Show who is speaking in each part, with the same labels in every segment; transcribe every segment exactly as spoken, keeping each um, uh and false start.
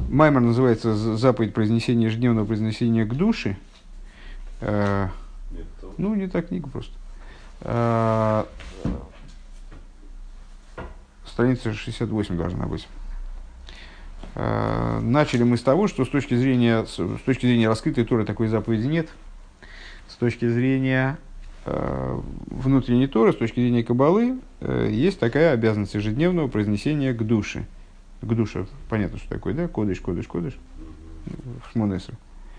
Speaker 1: Маймер называется «Заповедь произнесения ежедневного произнесения к душе». Э, ну, не так книга просто. Э, страница шестьдесят восемь должна быть. Э, начали мы с того, что с точки зрения, с точки зрения раскрытой Торы такой заповеди нет. С точки зрения э, внутренней Торы, с точки зрения Каббалы, э, есть такая обязанность ежедневного произнесения к душе. К душе, понятно, что такое, да? Кодыш, кодыш, кодыш. В Шмон-Эсрей.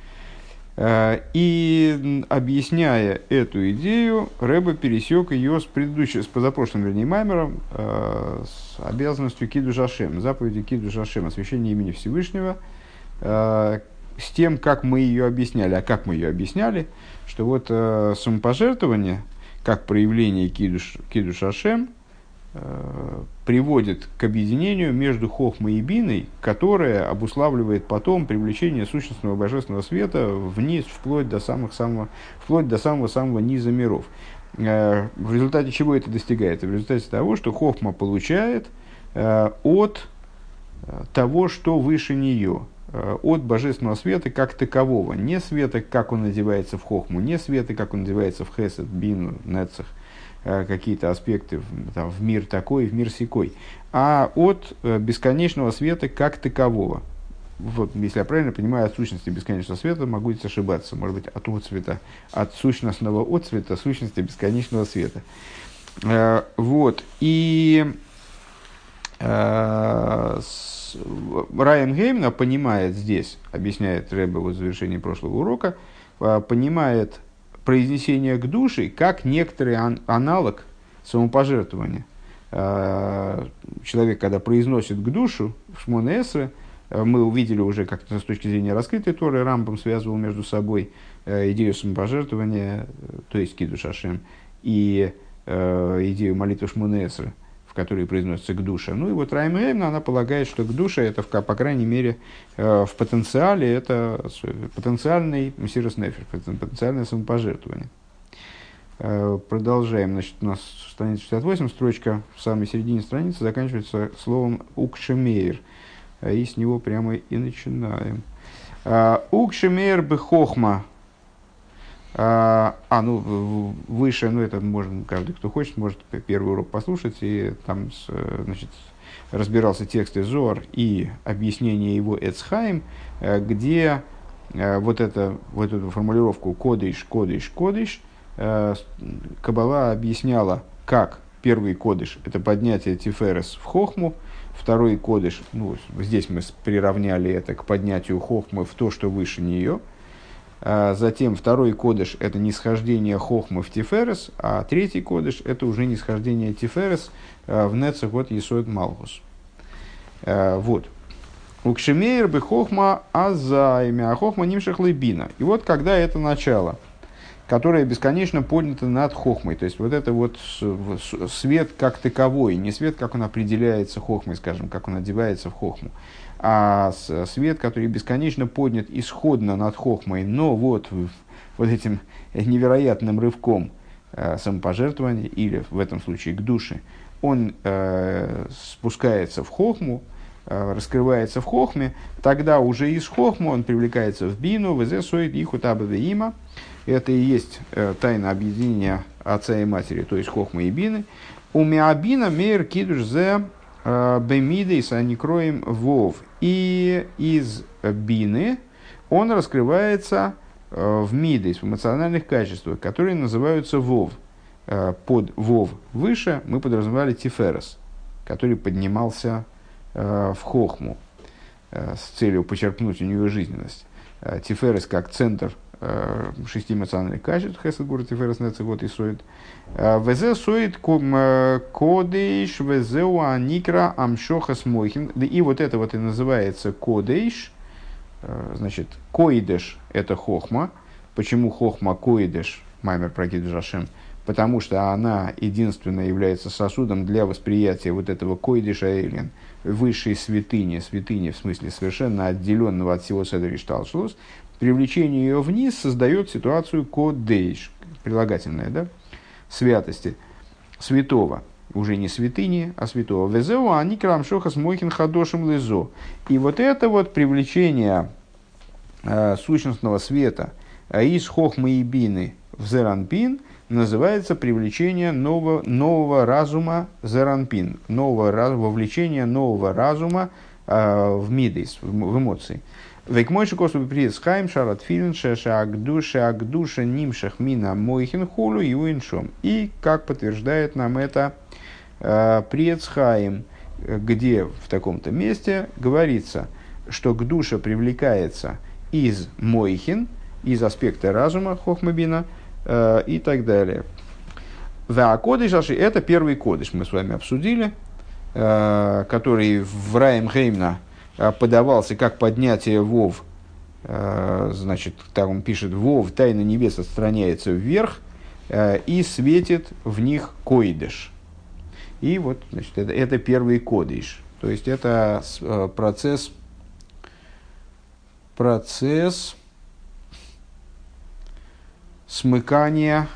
Speaker 1: И объясняя эту идею, Ребе пересек ее с предыдущим, с позапрошлым, вернее, маймером, с обязанностью Кидуш Ашем, заповедью Кидуш Ашем, освящения имени Всевышнего, с тем, как мы ее объясняли. А как мы ее объясняли? Что вот самопожертвование, как проявление Кидуш, Кидуш Ашем, приводит к объединению между хохмой и биной, которое обуславливает потом привлечение сущностного божественного света вниз, вплоть до самых самого, вплоть до самого-самого низа миров. В результате чего это достигается? В результате того, что хохма получает от того, что выше нее, от божественного света как такового. Не света, как он одевается в хохму, не света, как он одевается в хесед, бину, нецах, какие-то аспекты там, в мир такой, в мир сякой, а от бесконечного света как такового. Вот, если я правильно понимаю, от сущности бесконечного света могу ошибаться, может быть, от отцвета, от сущностного отцвета, сущности бесконечного света. Э, вот, и э, с, Райан Геймна понимает здесь, объясняет Ребе в завершении прошлого урока, э, понимает произнесение к душе как некоторый ан- аналог самопожертвования. Человек, когда произносит к душу в Шмон-Эсрей, мы увидели уже как-то с точки зрения раскрытой Торы, Рамбам связывал между собой идею самопожертвования, то есть Кидуш Ашем, и идею молитвы Шмон-Эсрей, в которой произносится к душе. Ну и вот Райм Реймна, она полагает, что к душе это, по крайней мере, в потенциале, это потенциальный мсирос нефеш, потенциальное самопожертвование. Продолжаем. Значит, у нас страница шестьдесят восемь, строчка в самой середине страницы заканчивается словом «укшемейр». И с него прямо и начинаем. «Укшемейр бехохма». А, ну, выше, ну, это можно, каждый, кто хочет, может первый урок послушать, и там, значит, разбирался текст из Зоар и объяснение его Эцхайм, где вот, это, вот эту формулировку «кодыш, кодыш, кодыш» Каббала объясняла, как первый кодыш – это поднятие тиферес в хохму, второй кодыш, ну, здесь мы приравняли это к поднятию хохмы в то, что выше нее. Затем второй кодыш – это нисхождение хохмы в тиферес, а третий кодыш – это уже нисхождение тиферес в нецах от есоид малхус. Вот. Укшемейр бы хохма азайме, а хохма нимшах лебина. И вот когда это начало, которое бесконечно поднято над хохмой, то есть вот это вот свет как таковой, не свет, как он определяется хохмой, скажем, как он одевается в хохму, а свет, который бесконечно поднят исходно над хохмой, но вот, вот этим невероятным рывком э, самопожертвования, или в этом случае к душе, он э, спускается в хохму, э, раскрывается в хохме, тогда уже из хохмы он привлекается в бину, везе соид ихут абавеима. Это и есть э, тайна объединения отца и матери, то есть хохмы и бины. У миабина мейр кидуш зе бемидейс аникроем вов. И из бины он раскрывается э, в мидейс, в эмоциональных качествах, которые называются вов. Э, под вов выше мы подразумевали тиферес, который поднимался э, в хохму э, с целью почерпнуть у нее жизненность. Э, тиферес как центр шести эмоциональных качеств, хесед гур тиферес нецах от есоид. Везе соид кодейш, везеу аникра амшохас мойхин. И вот это вот и называется кодейш. Значит, коидеш – это хохма. Почему хохма коидеш? Маймер про Кидуш Ашем. Потому что она единственная является сосудом для восприятия вот этого коидеша эйлен, высшей святыни, святыни в смысле совершенно отделенного от всего седер и шталшлус. Привлечение ее вниз создает ситуацию кодейш, прилагательное, да, святости, святого. уже не святыни, а святого. Везеу они крамшоха смойхин хадошим лизо. И вот это вот привлечение э, сущностного света э, из хохмы и бины в зеранпин называется привлечение нового, нового разума зеранпин, нового, вовлечение нового разума э, в мидейс, в, в эмоции. Векмойши косу приесхайм шарат филин шеша агдуша агдуша нимшах мина мойхин хулу и уиншом. И как подтверждает нам это э, приесхайм, где в таком-то месте говорится, что гдуша привлекается из мойхин, из аспекта разума хохмабина э, и так далее. Ва кодыш аши, это первый кодыш, мы с вами обсудили, э, который в Раим Хеймна подавался как поднятие вов, значит, так он пишет, вов, тайна небес отстраняется вверх и светит в них койдыш. И вот, значит, это, это первый кодыш. То есть это процесс, процесс смыкания,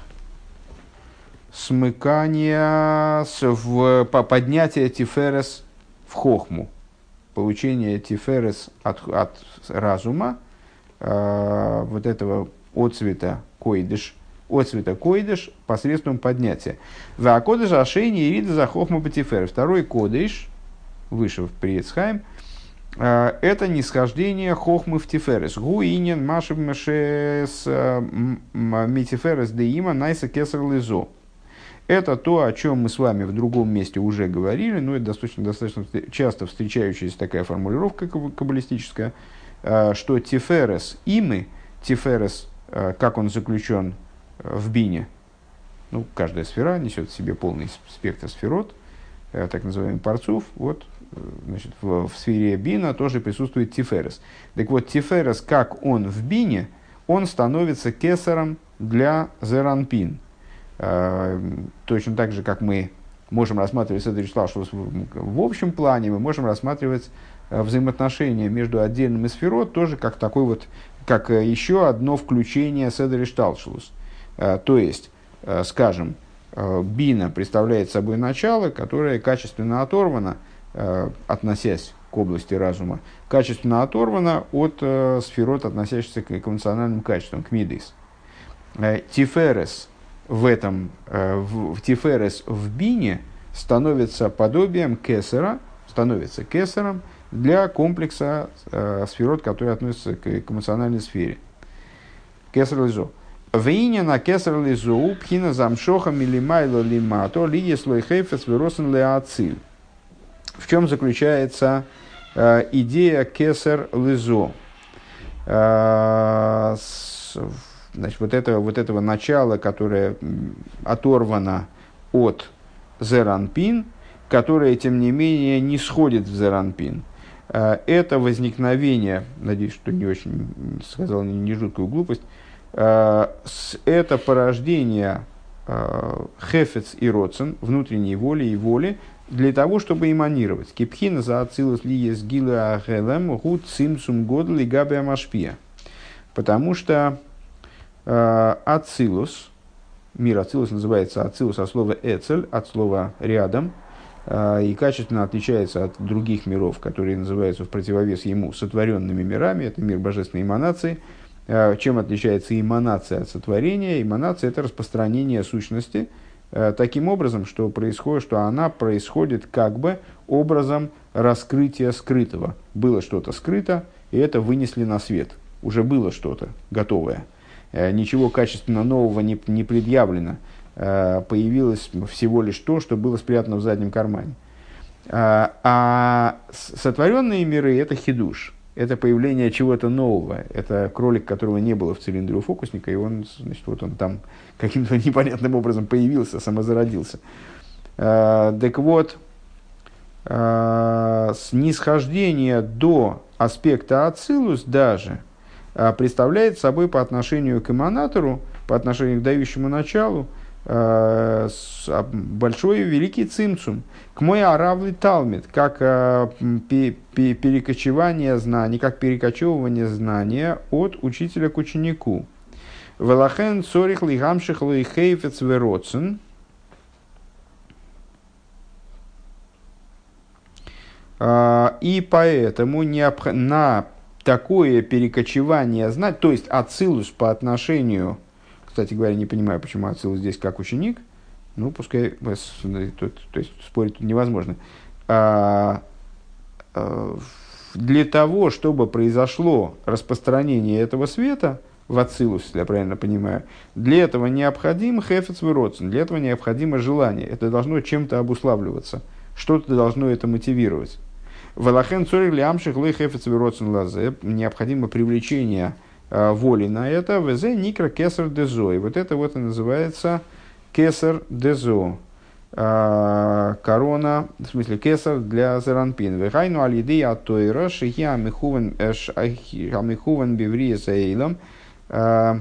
Speaker 1: смыкания в, по поднятия тиферес в хохму. Получение тиферес от, от разума, э, вот этого отцвета койдыш, отцвета койдыш посредством поднятия. В кодыш ашейни и рида за хохму батифер. Второй кодыш, выше в Приецхайм, э, это нисхождение хохмы в тиферес. Гуинен машев мешес митиферес деима найса кесар лизо. Это то, о чем мы с вами в другом месте уже говорили, но это достаточно, достаточно часто встречающаяся такая формулировка каббалистическая, что тиферес имы, тиферес, как он заключен в бине, ну, каждая сфера несет в себе полный спектр сферот, так называемый парцуф, вот, значит, в, в сфере бина тоже присутствует тиферес. Так вот, тиферес, как он в бине, он становится кесаром для зеранпин. Точно так же, как мы можем рассматривать Седер Шталшус в общем плане, мы можем рассматривать взаимоотношения между отдельными сферот тоже как такой вот, как еще одно включение Седер Шталшус. То есть, скажем, бина представляет собой начало, которое качественно оторвано, относясь к области разума, качественно оторвано от сферот, относящихся к эмоциональным качествам, к мидейс. Тиферес в этом, в, в тиферес в бине становится подобием кесара, становится кесаром для комплекса э, сферот, которые относятся к, к эмоциональной сфере. Кесар лизо. Вине на кесар лизо пхина замшоха милимайло лимато ли еслой хейфес виросен леациль. В чем заключается э, идея кесар лизо? Э, с, Значит, вот этого, вот этого начала, которое оторвано от зеранпин, которое, тем не менее, не сходит в зеранпин. Это возникновение, надеюсь, что не очень сказал не жуткую глупость, это порождение хефец и роцен, внутренней воли и воли, для того, чтобы эманировать. Кипхина за ацилус ли ес гила ахелем гуд цимсум годл и габе амашпия. Потому что Ацилус, мир Ацилус называется Ацилус от слова «эцель», от слова «рядом», и качественно отличается от других миров, которые называются в противовес ему сотворенными мирами. Это мир божественной эманации. Чем отличается эманация от сотворения? Эманация – это распространение сущности таким образом, что, происходит, что она происходит как бы образом раскрытия скрытого. Было что-то скрыто, и это вынесли на свет. Уже было что-то готовое. Ничего качественно нового не, не предъявлено. Появилось всего лишь то, что было спрятано в заднем кармане. А сотворенные миры – это хидуш. Это появление чего-то нового. Это кролик, которого не было в цилиндре у фокусника, и он, значит, вот он там каким-то непонятным образом появился, самозародился. Так вот, снисхождение до аспекта ацилус даже представляет собой по отношению к эманатору, по отношению к дающему началу, большой и великий цимцум. К мой аравли талмит, как перекочевание знаний, как перекочевывание знания от учителя к ученику. Велахен цорих лигамших лихейфец вероцен. И поэтому необх... на такое перекочевание знать, то есть ацилус по отношению, кстати говоря, не понимаю, почему ацилус здесь как ученик, ну, пускай, тут, то есть спорить тут невозможно. Для того, чтобы произошло распространение этого света в ацилус, если я правильно понимаю, для этого необходим хефец выродцен, для этого необходимо желание. Это должно чем-то обуславливаться, что-то должно это мотивировать. Валахен цорих лямших лой хефец выродцен лазе, необходимо привлечение э, воли на это, везе никра кесар дезо. И вот это вот и называется кесар дезо. Корона, в смысле кесар для заранпин. Вехайну алидея от тойра шихи амихуван биврия саилам. То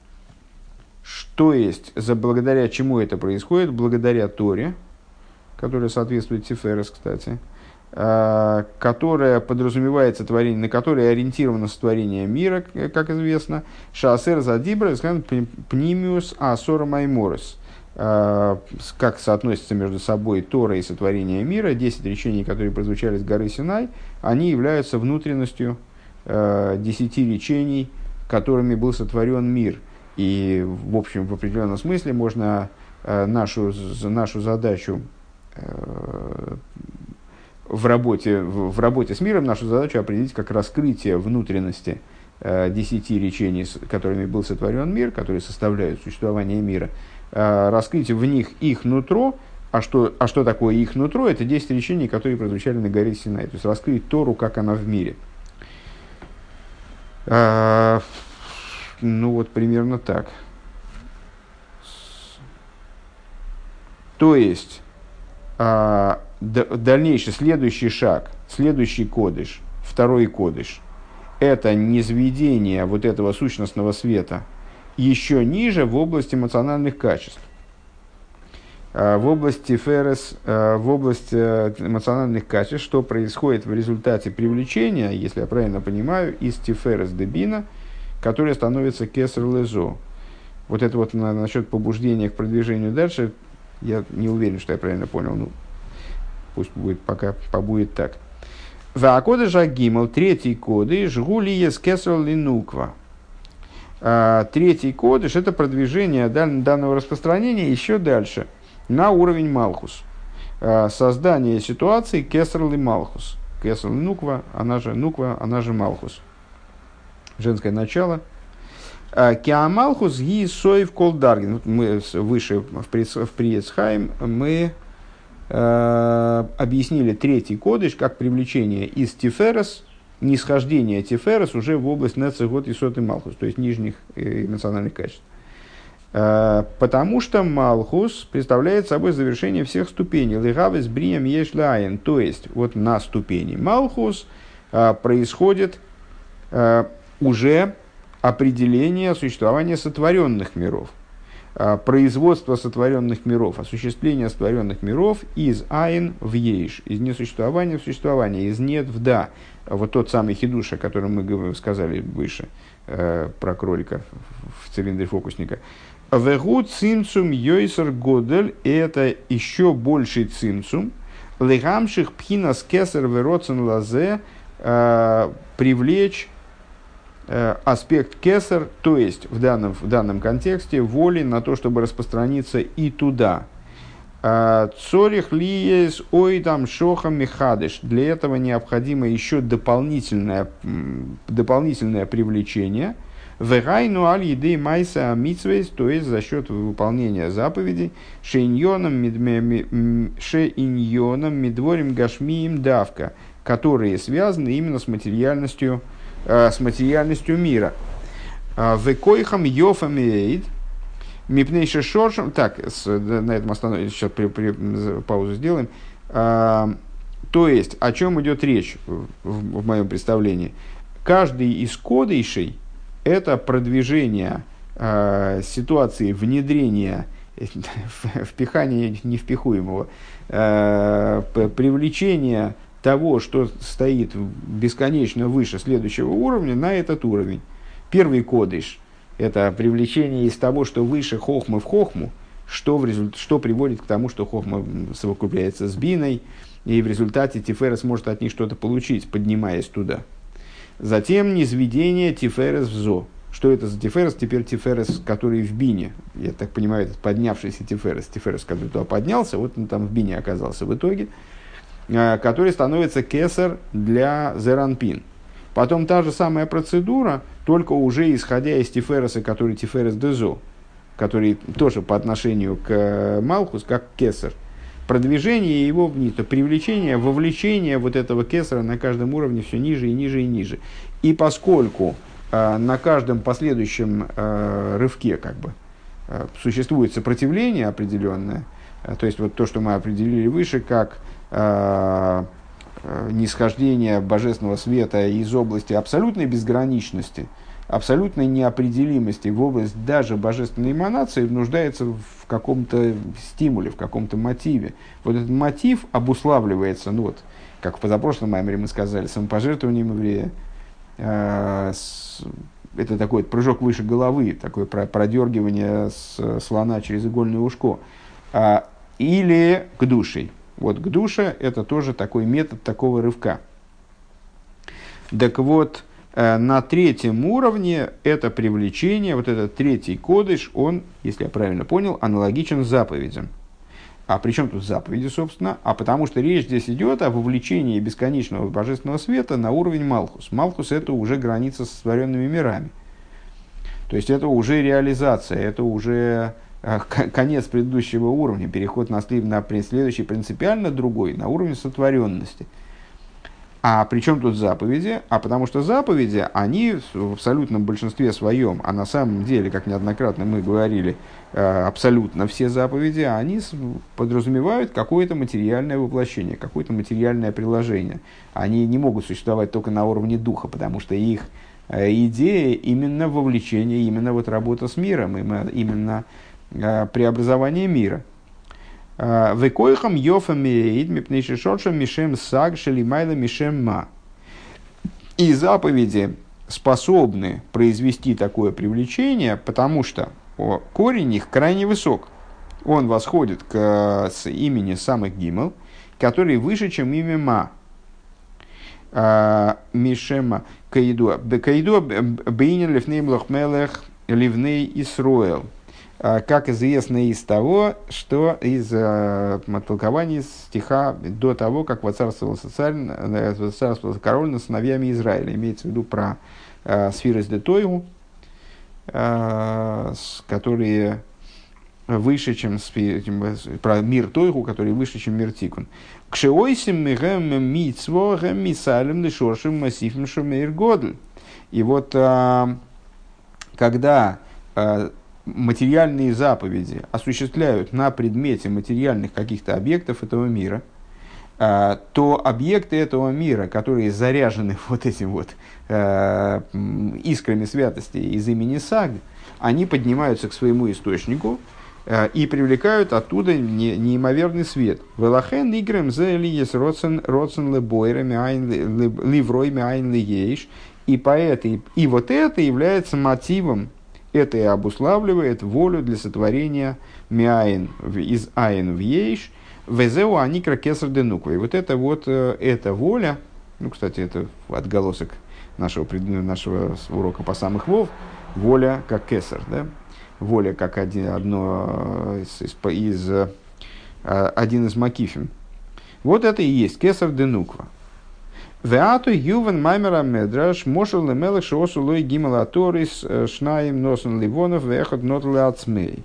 Speaker 1: есть, за благодаря чему это происходит? Благодаря Торе, которая соответствует Тиферес, кстати, которая подразумевает сотворение, на которое ориентировано сотворение мира, как известно. Шаасер задибра, пнимиус асора майморес. Как соотносятся между собой Тора и сотворение мира, десять речений, которые прозвучали с горы Синай, они являются внутренностью э, десяти речений, которыми был сотворен мир. И, в общем, в определенном смысле можно э, нашу, нашу задачу э, в, работе, в, в работе с миром, нашу задачу определить как раскрытие внутренности э, десяти речений, которыми был сотворен мир, которые составляют существование мира, раскрыть в них их нутро. А что, а что такое их нутро? Это десять речений, которые прозвучали на горе Синай. То есть раскрыть Тору, как она в мире. А, ну вот примерно так. То есть а, д- дальнейший, следующий шаг, следующий кодыш, второй кодыш, это низведение вот этого сущностного света еще ниже в области эмоциональных качеств. В области ферес, в области эмоциональных качеств, что происходит в результате привлечения, если я правильно понимаю, из тиферес дебина, который становится кесар лезо. Вот это вот на, насчет побуждения к продвижению дальше, я не уверен, что я правильно понял. Ну, пусть будет, пока побудет так. Ваакодыш агимал, третий кодыш, гулиес кесар линуква. Третий кодыш – это продвижение данного распространения еще дальше, на уровень Малхус. Создание ситуации кесар ли Малхус. Кесар ли Нуква, она же Нуква, она же Малхус. Женское начало. Киа Малхус ги соев колдаргин. Мы выше в Приецхайм мы э, объяснили третий кодыш как привлечение из Тиферес, нисхождение Тиферес уже в область Нецегот и Сот и Малхус, то есть нижних эмоциональных качеств. Потому что Малхус представляет собой завершение всех ступеней. Лигавес брием ешлаен, то есть вот на ступени Малхус происходит уже определение существования сотворенных миров, производство сотворенных миров, осуществление сотворенных миров из айн в ейш, из несуществования в существование, из нет в да. Вот тот самый хидуш, о котором мы сказали выше, э, про кролика в цилиндре фокусника. Вегу цимцум йойсер годель, это еще больший цимцум. Легамших пхинас кесар вероцен лазе, привлечь э, аспект кесар, то есть в данном, в данном контексте воли на то, чтобы распространиться и туда. Цорих лиес ой там шохам мехадыш. Для этого необходимо еще дополнительное, дополнительное привлечение. Вегайну аль еды майса амитсвейс, то есть за счет выполнения заповедей. Шейньоном медворим гашмием давка, которые связаны именно с материальностью, с материальностью мира. Векойхам йофам эйд. Мипнейши шоршем. Так, с, на этом остановимся, сейчас при, при, паузу сделаем. А, то есть, о чем идет речь в, в, в моем представлении? Каждый из кодейшей – это продвижение а, ситуации внедрения, впихания невпихуемого, а, привлечения того, что стоит бесконечно выше следующего уровня, на этот уровень. Первый кодейш – это привлечение из того, что выше хохмы в хохму, что, в результ... что приводит к тому, что хохма совокупляется с биной, и в результате Тиферес может от них что-то получить, поднимаясь туда. Затем низведение Тиферес в Зо. Что это за Тиферес? Теперь Тиферес, который в Бине. Я так понимаю, это поднявшийся Тиферес. Тиферес, который туда поднялся, вот он там в Бине оказался в итоге. Который становится кесар для Зеранпин. Потом та же самая процедура, только уже исходя из Тифереса, который Тиферес Дезо, который тоже по отношению к Малхус, как кесар. Продвижение его вниз, то привлечение, вовлечение вот этого кесара на каждом уровне все ниже и ниже и ниже. И поскольку э, на каждом последующем э, рывке как бы, э, существует сопротивление определенное, э, то есть вот то, что мы определили выше, как э, э, нисхождение божественного света из области абсолютной безграничности, абсолютной неопределимости в область даже божественной эманации нуждается в каком-то стимуле, в каком-то мотиве. Вот этот мотив обуславливается, ну вот, как в позапрошлом маймере мы сказали, самопожертвованием еврея. Э, с, это такой прыжок выше головы, такое продергивание с слона через игольное ушко. Э, или к душе. Вот к душе это тоже такой метод такого рывка. Так вот, на третьем уровне это привлечение, вот этот третий кодыш, он, если я правильно понял, аналогичен заповедям. А при чем тут заповеди, собственно? А потому что речь здесь идет о вовлечении бесконечного божественного света на уровень Малхус. Малхус – это уже граница с сотворенными мирами. То есть это уже реализация, это уже конец предыдущего уровня, переход на, на следующий принципиально другой, на уровень сотворенности. А при чем тут заповеди? А потому что заповеди, они в абсолютном большинстве своем, а на самом деле, как неоднократно мы говорили, абсолютно все заповеди, они подразумевают какое-то материальное воплощение, какое-то материальное приложение. Они не могут существовать только на уровне духа, потому что их идея именно вовлечение, именно вот работа с миром, именно преобразование мира. Векойхам йофамеид мипнейшишотшам мишем саг шелимайла мишем ма. И заповеди способны произвести такое привлечение, потому что о, корень их крайне высок. Он восходит к с имени самых гимел, который выше, чем имя ма. Мишема каиду бекаиду бейнин лифней блохмелех ливней Исруэл. Как известно из того, что из э, толкований стиха до того, как воцарствовался царь, воцарствовался король над сыновьями Израиля. Имеется в виду про э, сфирос де Тойгу, э, которые выше, чем, про мир Тойгу, который выше, чем мир Тикун. Кшеойсим мигэм митцво гэм мисалем лишоршим массифм шумейр годль. И вот э, когда э, материальные заповеди осуществляют на предмете материальных каких-то объектов этого мира, то объекты этого мира, которые заряжены вот этим вот искрами святости из имени Саг, они поднимаются к своему источнику и привлекают оттуда неимоверный свет. Велахен игрем за лиес родсен родсен лебойрами айн ливройми айн лиеш. И по этой, и вот это является мотивом. Это и обуславливает волю для сотворения миаин из айн в ейш, везеу аникра кесар денуква. И вот это вот, эта воля, ну, кстати, это отголосок нашего, нашего урока по самых вов, воля как кесар, да? Воля как один, одно из, из, из, один из макифим. Вот это и есть кесар денуква. Веату ювен маймера медраш мошел лемелech шоосу лой гимел аторис шнаим носен ливонов вехот нот леацмей.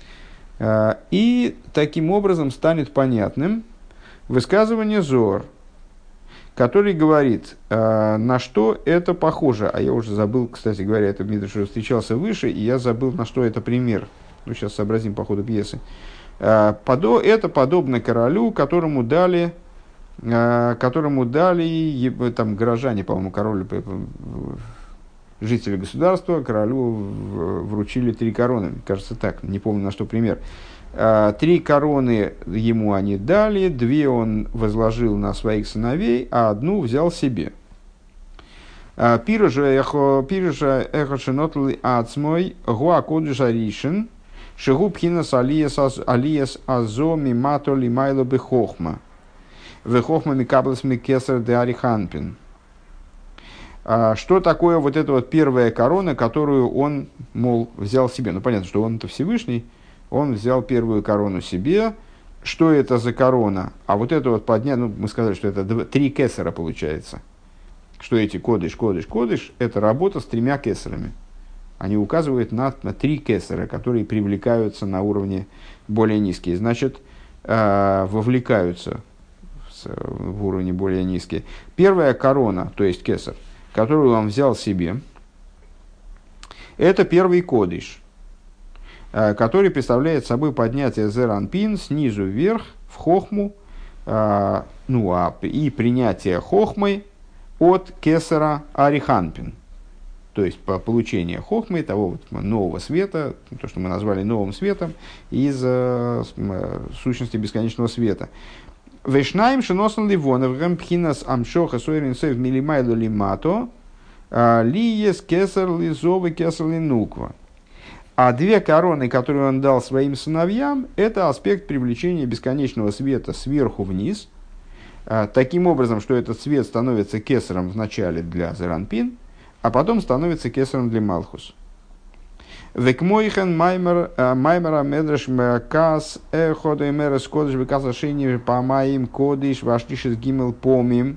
Speaker 1: И таким образом станет понятным высказывание Зоар, который говорит, на что это похоже. А я уже забыл, кстати говоря, это Мидраш встречался выше, и я забыл, на что это пример. Ну, сейчас сообразим по ходу пьесы. Это подобно королю, которому дали... которому дали там, горожане, по-моему, король, жители государства, королю вручили три короны. Кажется так, не помню, на что пример. Три короны ему они дали, две он возложил на своих сыновей, а одну взял себе. Пирожа эхо шинотли ацмой гуа кодыша ришен шигу пхинас алиес азо мимато лимайло бехохма. Вехохма микаблес микесар де ариханпин. Что такое вот эта вот первая корона, которую он, мол, взял себе? Ну, понятно, что он-то Всевышний, он взял первую корону себе. Что это за корона? А вот это вот поднять, ну, мы сказали, что это два, три кесара получается. Что эти кодыш, кодыш, кодыш, это работа с тремя кесарами. Они указывают на, на три кесара, которые привлекаются на уровне более низкие. Значит, э, вовлекаются в, в уровне более низкие. Первая корона, то есть кесар, которую он взял себе, это первый кодыш, который представляет собой поднятие зеранпин снизу вверх в хохму, ну, а, и принятие хохмой от кесара ариханпин. То есть по получению хохмы, того вот нового света, то, что мы назвали новым светом, из э, сущности бесконечного света. Вешнаим шиносан ливонов гампхинас амшоха сойринсев милимайло лимато лиес кесар лизовы кесар линуква. А две короны, которые он дал своим сыновьям, это аспект привлечения бесконечного света сверху вниз, таким образом, что этот свет становится кесаром вначале для зеранпин, а потом становится кесаром для малхус. Векмойхен маймера медреш кас эхода и мерес кодыш бекаса шини помаим кодыш ваштишес гимел помим.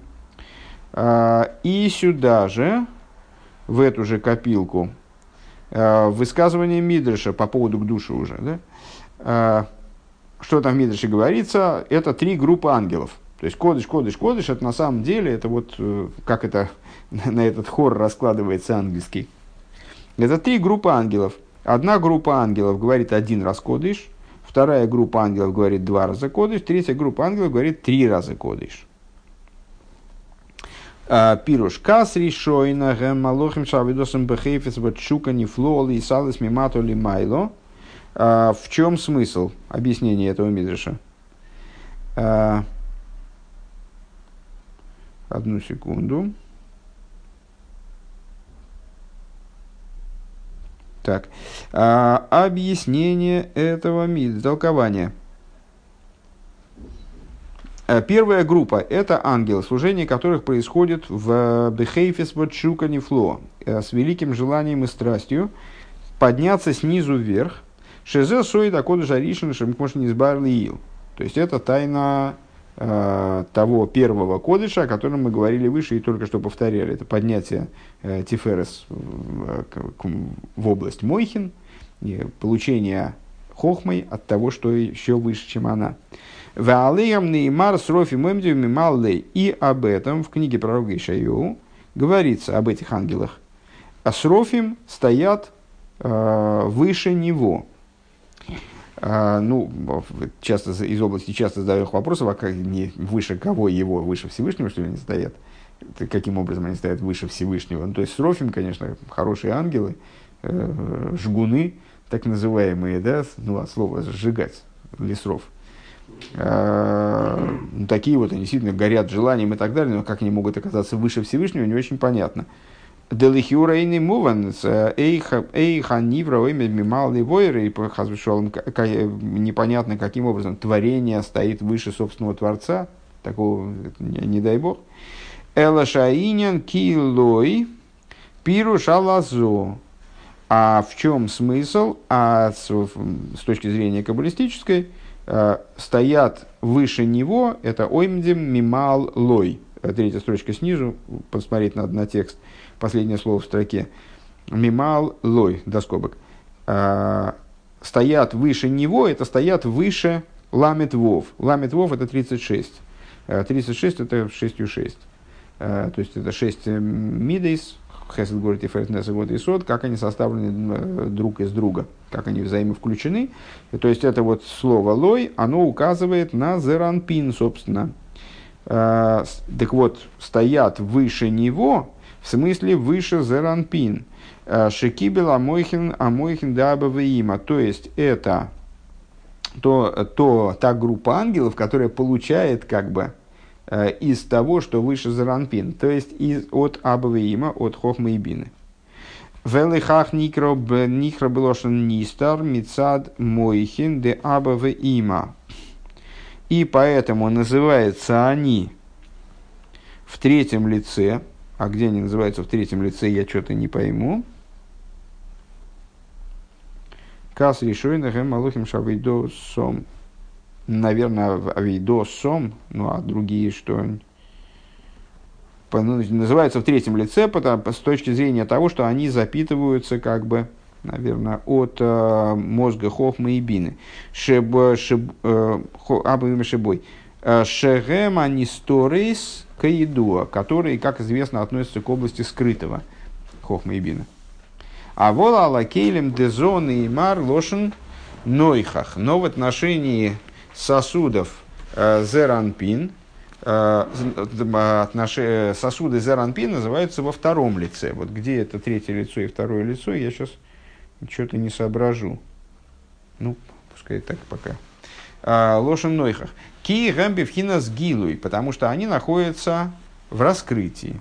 Speaker 1: И сюда же, в эту же копилку, высказывание Мидреша по поводу к душе уже, да? Что там в Мидреше говорится, это три группы ангелов. То есть кодыш, кодыш, кодыш, это на самом деле, это вот как это на этот хор раскладывается ангельский. Это три группы ангелов. Одна группа ангелов говорит один раз кодыш, вторая группа ангелов говорит два раза кодыш, третья группа ангелов говорит три раза кодыш. Пируш касри шойна гэм малохим шавидосом бэхейфес бэтшука нефло ли салыс мимато ли майло. В чем смысл объяснения этого мидраша? Одну секунду. Так, а, объяснение этого мидраша, толкование. Первая группа – это ангелы, служение которых происходит в бехейфес бэтшука нефло, с великим желанием и страстью подняться снизу вверх. Шезе сой такой жаришин шемкош низбар лиил. То есть это тайна э, того первого кодыша, о котором мы говорили выше и только что повторяли. Это поднятие э, Тиферес в, в область Мойхин, получение хохмой от того, что еще выше, чем она. И об этом в книге пророка Ишайяу говорится, об этих ангелах. А срофим стоят э, выше него. Э, ну, часто из области часто задают вопросов, а как не выше кого его, выше Всевышнего, что ли, они стоят? Каким образом они стоят выше Всевышнего? Ну, то есть срофим, конечно, хорошие ангелы, э, жгуны, так называемые, да, ну, от слова сжигать, лесров. Э, ну, такие вот они действительно горят желанием и так далее, но как они могут оказаться выше Всевышнего, не очень понятно. Делихюрейный муван эйха нивра оймед мималный войры, и непонятно каким образом творение стоит выше собственного Творца, такого не, не дай бог. Элашаинян килой пиру шалазо. А в чем смысл? А с, с точки зрения каббалистической, стоят выше него, это оймдем мимал лой. Третья строчка снизу, посмотреть надо на текст, последнее слово в строке. Мимал лой, до скобок. Стоят выше него, это стоят выше ламет вов. Ламет вов это тридцать шесть. тридцать шесть это шестью шесть. То есть это шесть мидейс, хесед горит и фертнес и вот и сот, как они составлены друг из друга, как они взаимовключены. То есть это вот слово лой, оно указывает на зеранпин, собственно. Так вот, стоят выше него, в смысле выше зеранпин. Шекибел амойхин амойхин дабавеима. То есть это то, то, та группа ангелов, которая получает как бы из того, что выше зеранпин. То есть из, от абавеима, от хохмы и бины. Велихах никро белошен нистар мицад мойхин де абавеима. И поэтому называются они в третьем лице. А где они называются в третьем лице, я что-то не пойму. Кас решойна гэм малухим шавейдо сом. Наверное, авейдо сом. Ну, а другие что? Ну, называются в третьем лице, потому, с точки зрения того, что они запитываются, как бы, наверное, от э, мозга хохмы и бины. Шеб, шеб, э, хо, шебой. Шегем анисторис каидуа, которые, как известно, относятся к области скрытого хохмы и бины. А вола алакейлем дезон и мар лошен нойхах. Но в отношении сосудов э, зеранпин, сосуды зеранпин называются во втором лице. Вот где это третье лицо и второе лицо, я сейчас что-то не соображу. Ну, пускай так пока. Лошен нойхах. Ки гамби вхина с гилуй, потому что они находятся в раскрытии.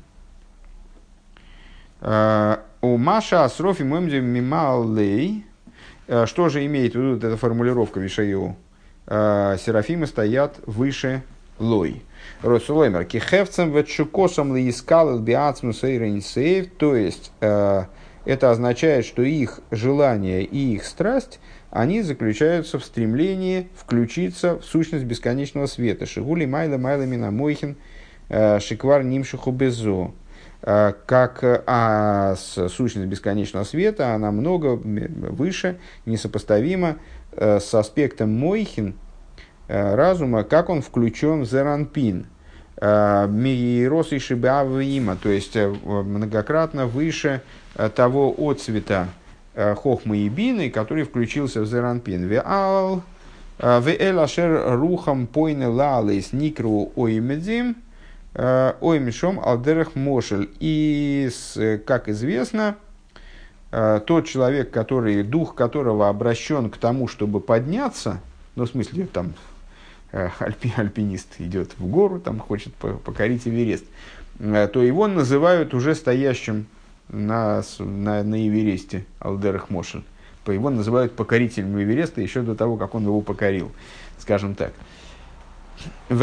Speaker 1: У Маша Асрофи Мемзе Мималей. Что же имеет в виду эта формулировка Вишаю? Серафимы стоят выше лой. Росулеймер кихевцем ветшукосом лиискал биацмус эйрейнсейв. То есть э, это означает, что их желание и их страсть, они заключаются в стремлении включиться в сущность бесконечного света. Шигули майла майла мина мойхин шиквар нимшиху безо. Как а сущность бесконечного света, она много выше, несопоставима с аспектом мойхин, разума, как он включен в зеранпин, мирос и шибавима, то есть многократно выше того отцвета хохмы и бины, который включился в зеранпин. Веал веэл ашер рухам пойне лалейс никру оймедзим оймишом алдерах мошель. И, как известно, тот человек, который, дух которого обращен к тому, чтобы подняться, ну, в смысле, там, альпи, альпинист идет в гору, там хочет покорить Эверест, то его называют уже стоящим на, на, на Эвересте, Алдерах Мошель. Его называют покорителем Эвереста еще до того, как он его покорил, скажем так. И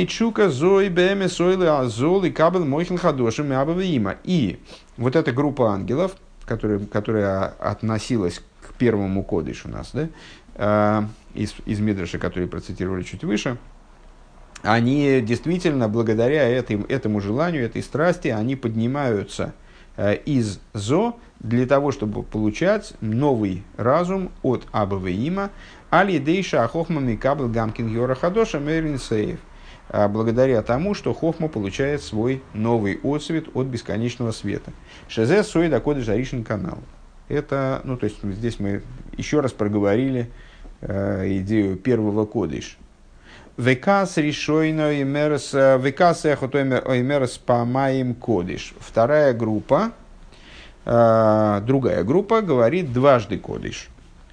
Speaker 1: вот эта группа ангелов, которая, которая относилась к первому кодышу у нас, да, из, из Мидраша, который процитировали чуть выше, они действительно, благодаря этой, этому желанию, этой страсти, они поднимаются э, из Зо для того, чтобы получать новый разум от Аба Веима, Али Дейша Хохма Микабл Гамкин Йора Хадоша Мейрин Сейв, благодаря тому, что Хохма получает свой новый отцвет от бесконечного света. Шезе Сойда Кодыш Аришин канал. Это, ну, то есть здесь мы еще раз проговорили э, идею первого кодыш. Векас решойно имерс, векас эхот имерс памаим кодыш. Вторая группа, э, другая группа говорит дважды кодыш.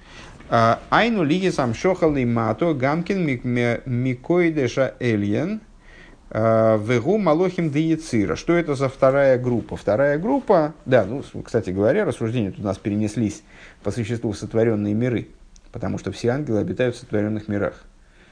Speaker 1: Айну лиги сам шохал и мато гамкин микоидеша эльен вегу малохим деяцира. Что это за вторая группа? Вторая группа, да, ну, кстати говоря, рассуждения тут у нас перенеслись по существу в сотворенные миры, потому что все ангелы обитают в сотворенных мирах.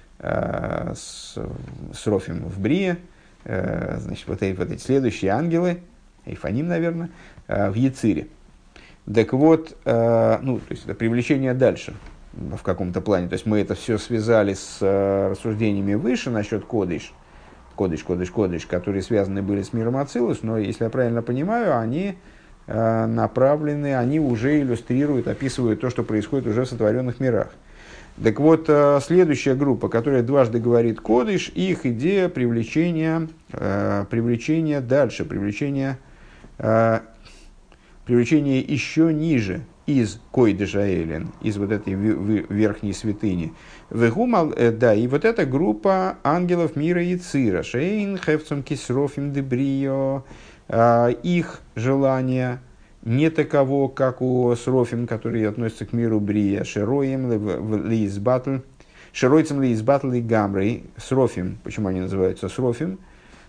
Speaker 1: С, с Рофим в Брие, значит, вот эти, вот эти следующие ангелы, Эйфаним, наверное, в Яцире. Так вот, ну, то есть это привлечение дальше в каком-то плане. То есть мы это все связали с рассуждениями выше насчет кодыш, кодыш, кодыш, кодыш, которые связаны были с миром Ацилус, но, если я правильно понимаю, они направлены, они уже иллюстрируют, описывают то, что происходит уже в сотворенных мирах. Так вот, следующая группа, которая дважды говорит кодыш, их идея привлечения, привлечения дальше, привлечения, привлечения еще ниже из койдыша элен, из вот этой верхней святыни. Вегумал, да, и вот эта группа ангелов мира Яцира, шейн хевцом кисрофим дебрио, их желание не таково, как у Срофим, которые относятся к миру Брия, Шероем лиизбатл, Шеройцем лиизбатл и Гамрой, Срофим, почему они называются Срофим,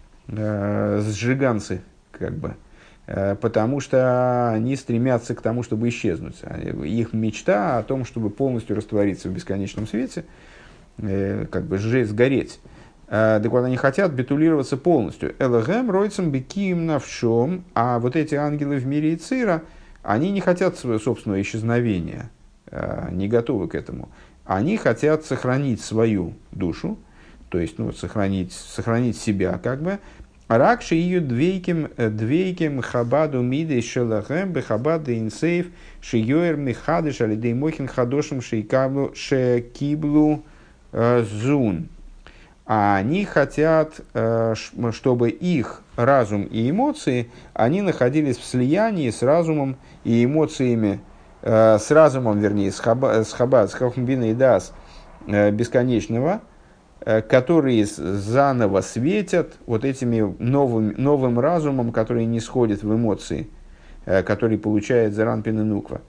Speaker 1: э, сжиганцы, как бы, э, потому что они стремятся к тому, чтобы исчезнуть. Их мечта о том, чтобы полностью раствориться в бесконечном свете, э, как бы сжечь, сгореть. Э, так вот, они хотят битулироваться полностью. Элэгем ройцем бекиим навшом, а вот эти ангелы в мире Ицира, они не хотят своего собственного исчезновения, э, не готовы к этому. Они хотят сохранить свою душу, то есть ну, сохранить, сохранить себя, как бы. Ракши ее двейким, двейким хабаду мидей шелахем бехабаду инсейф шиёер михадыш алидей мохин хадошим шейкаблу шекиблу зун. А они хотят, чтобы их разум и эмоции, они находились в слиянии с разумом и эмоциями, с разумом, вернее, с хабад, с хабад, с хохмбина и дас бесконечного, которые заново светят вот этими новым, новым разумом, который не сходит в эмоции, который получает Заран Пин и Нуква.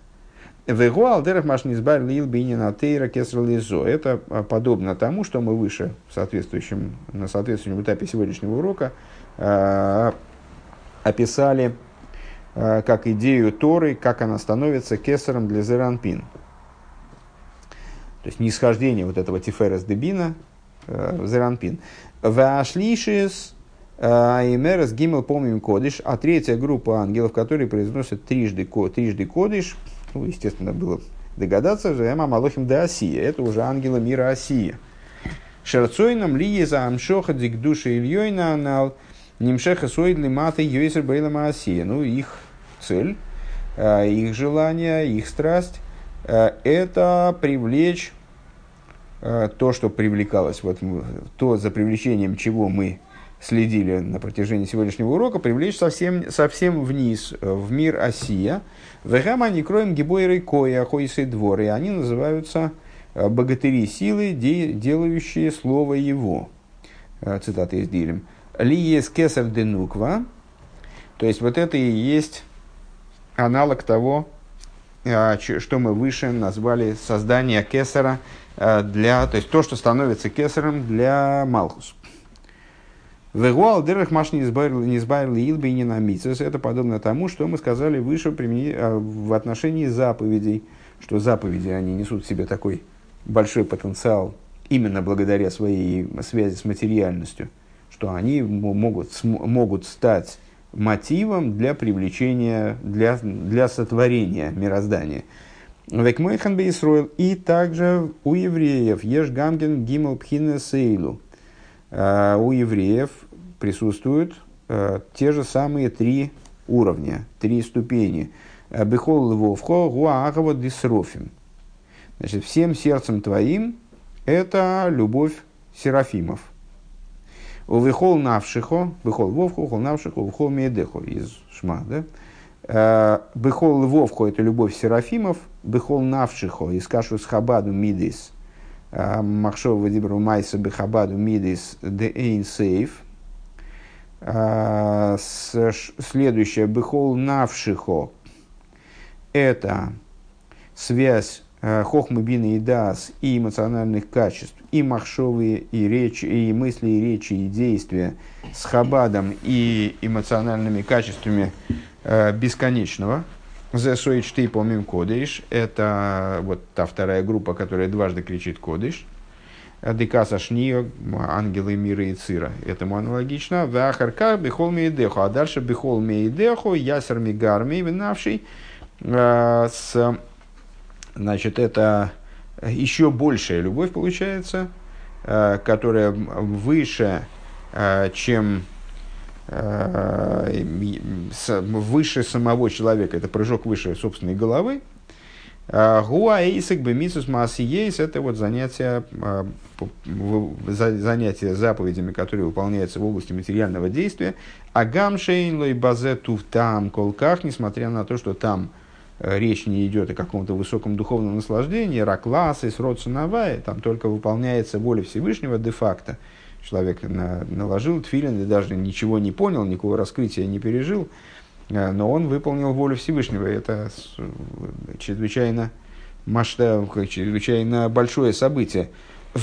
Speaker 1: Это подобно тому, что мы выше в соответствующем, на соответствующем этапе сегодняшнего урока э, описали э, как идею Торы, как она становится кесаром для Заран Пин. То есть нисхождение вот этого Тиферес Дебина в Зеранпин. Вашлишис Аймерес Гимел помним Кодиш, а третья группа ангелов, которые произносят трижды, трижды Кодиш, ну, естественно, было догадаться, что Эма Малохим де Осия, это уже ангелы мира Осия. Шерцойном ли за Амшоха Дикдуша Ильёйна Анал Нимшеха Сойдли Маты Йойсер Бейлама Осия. Ну, их цель, их желание, их страсть – это привлечь то, что привлекалось, вот, то, за привлечением чего мы следили на протяжении сегодняшнего урока, привлечь совсем, совсем вниз, в мир Осия. Вегам они кроем гибойры коя, хойсы дворы. Они называются богатыри силы, де, делающие слово его. Цитата из Дилем. Лиес кесар денуква. То есть, вот это и есть аналог того, что мы выше назвали создание кесара, для, то есть то, что становится кесарем для Малхус. Это подобно тому, что мы сказали выше в отношении заповедей, что заповеди они несут в себе такой большой потенциал именно благодаря своей связи с материальностью, что они могут, могут стать мотивом для привлечения, для, для сотворения мироздания. И также у евреев еш гамген гимел пхина сейлу. У евреев присутствуют uh, те же самые три уровня, три ступени. Бехол львовхо гуагава дисрофим. Значит, всем сердцем твоим это любовь серафимов. У вихол навшихо, бехол львовхо, ухол навшихо, ухол меедехо из Шма, да? Бехол львовхо это любовь серафимов, бехол навшихо из кашус хабаду мидис. Махшов вадибру майса бехабаду мидис де эйн сейф. Следующее, бехол навшихо, это связь хохмы бины и даас и эмоциональных качеств, и махшовые, и речи, и мысли, и речи, и действия с хабадом и эмоциональными качествами бесконечного. The Soich Ты помним Кодиш. Это вот та вторая группа, которая дважды кричит Кодиш. Декаса Шнио, ангелы мира и цира. Этому аналогично. Вахарка бихол меидеху. А дальше бихол меидеху, ясер мигарми, винавший. Значит, это еще большая любовь получается, которая выше, чем выше самого человека, это прыжок выше собственной головы. Гуаэйсек бемисус маасиейс – это вот занятие, занятие заповедями, которые выполняются в области материального действия. А гамшейн лой базе туфтам колках, несмотря на то, что там речь не идет о каком-то высоком духовном наслаждении, ракласы, сродцунавай, там только выполняется воля Всевышнего де-факто. Человек на, наложил тфилин и даже ничего не понял, никакого раскрытия не пережил, но он выполнил волю Всевышнего. Это чрезвычайно масштаб, чрезвычайно большое событие. В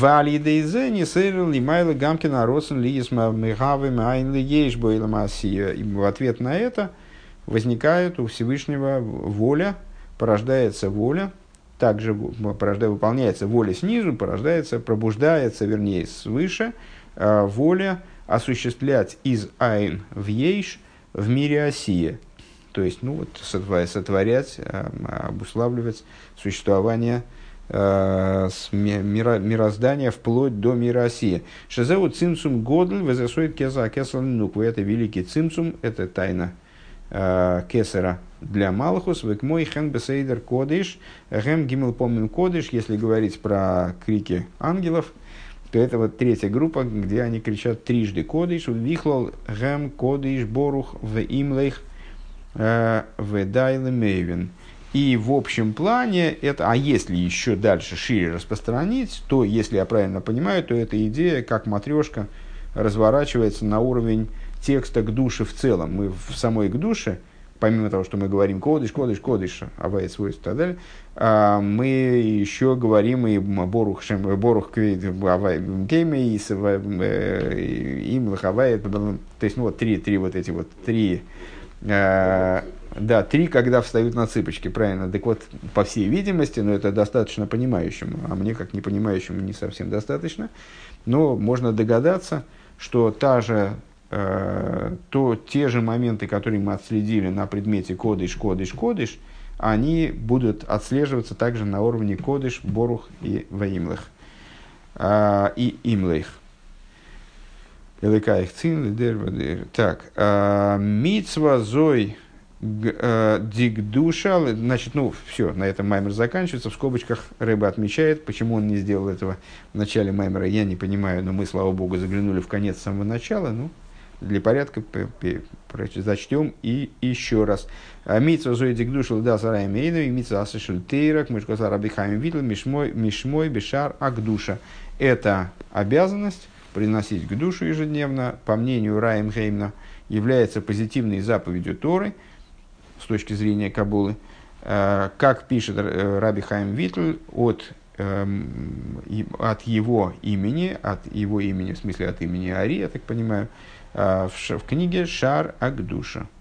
Speaker 1: ответ на это возникает у Всевышнего воля, порождается воля, также порождает, выполняется воля снизу, порождается, пробуждается, вернее, свыше, э, воля осуществлять из айн в ейш в мире осия. То есть, ну вот, сотворять, э, обуславливать существование э, с мира, мироздания вплоть до мира осия. Шезеу цимцум годль везесоид кеза кесал нукву. Это великий цимцум, это тайна э, кесара для Малхус, век мой хен бесейдер кодиш, гэм гимел помним кодиш, если говорить про крики ангелов, то это вот третья группа, где они кричат трижды кодиш, вихлол гэм кодиш борух в имлейх в дайле мейвен. И в общем плане, это, а если еще дальше шире распространить, то, если я правильно понимаю, то эта идея, как матрешка, разворачивается на уровень текста к душе в целом. Мы в самой к душе, помимо того, что мы говорим кодыш, кодыш, кодыш, авай свойств и так далее, мы еще говорим и борух шем, борух квейт, авай гейме, им лахавай, то есть, ну, вот три, три вот эти вот, три, да, три, когда встают на цыпочки, правильно. Так вот, по всей видимости, но это достаточно понимающему, а мне, как непонимающему, не совсем достаточно, но можно догадаться, что та же то те же моменты, которые мы отследили на предмете кодыш, кодыш, кодыш, они будут отслеживаться также на уровне кодыш, борух и ваимлых. И имлых. Так. Мицва зой дигдуша. Значит, ну, все, на этом маймер заканчивается. В скобочках Рэбе отмечает, почему он не сделал этого в начале маймера, я не понимаю, но мы, слава богу, заглянули в конец с самого начала, ну, для порядка зачтем и еще раз. Митцва зоидик душил да сараем эйну и митцва асышель тейрак мышкоса рабихаем витл мишмой мишмой бешар агдуша. Это обязанность приносить к душу ежедневно, по мнению Раим Хеймна, является позитивной заповедью Торы с точки зрения Кабулы. Как пишет Раби Хаим Витль, от, от его имени, от его имени, в смысле от имени Ари, я так понимаю, в книге Шар Агдуша.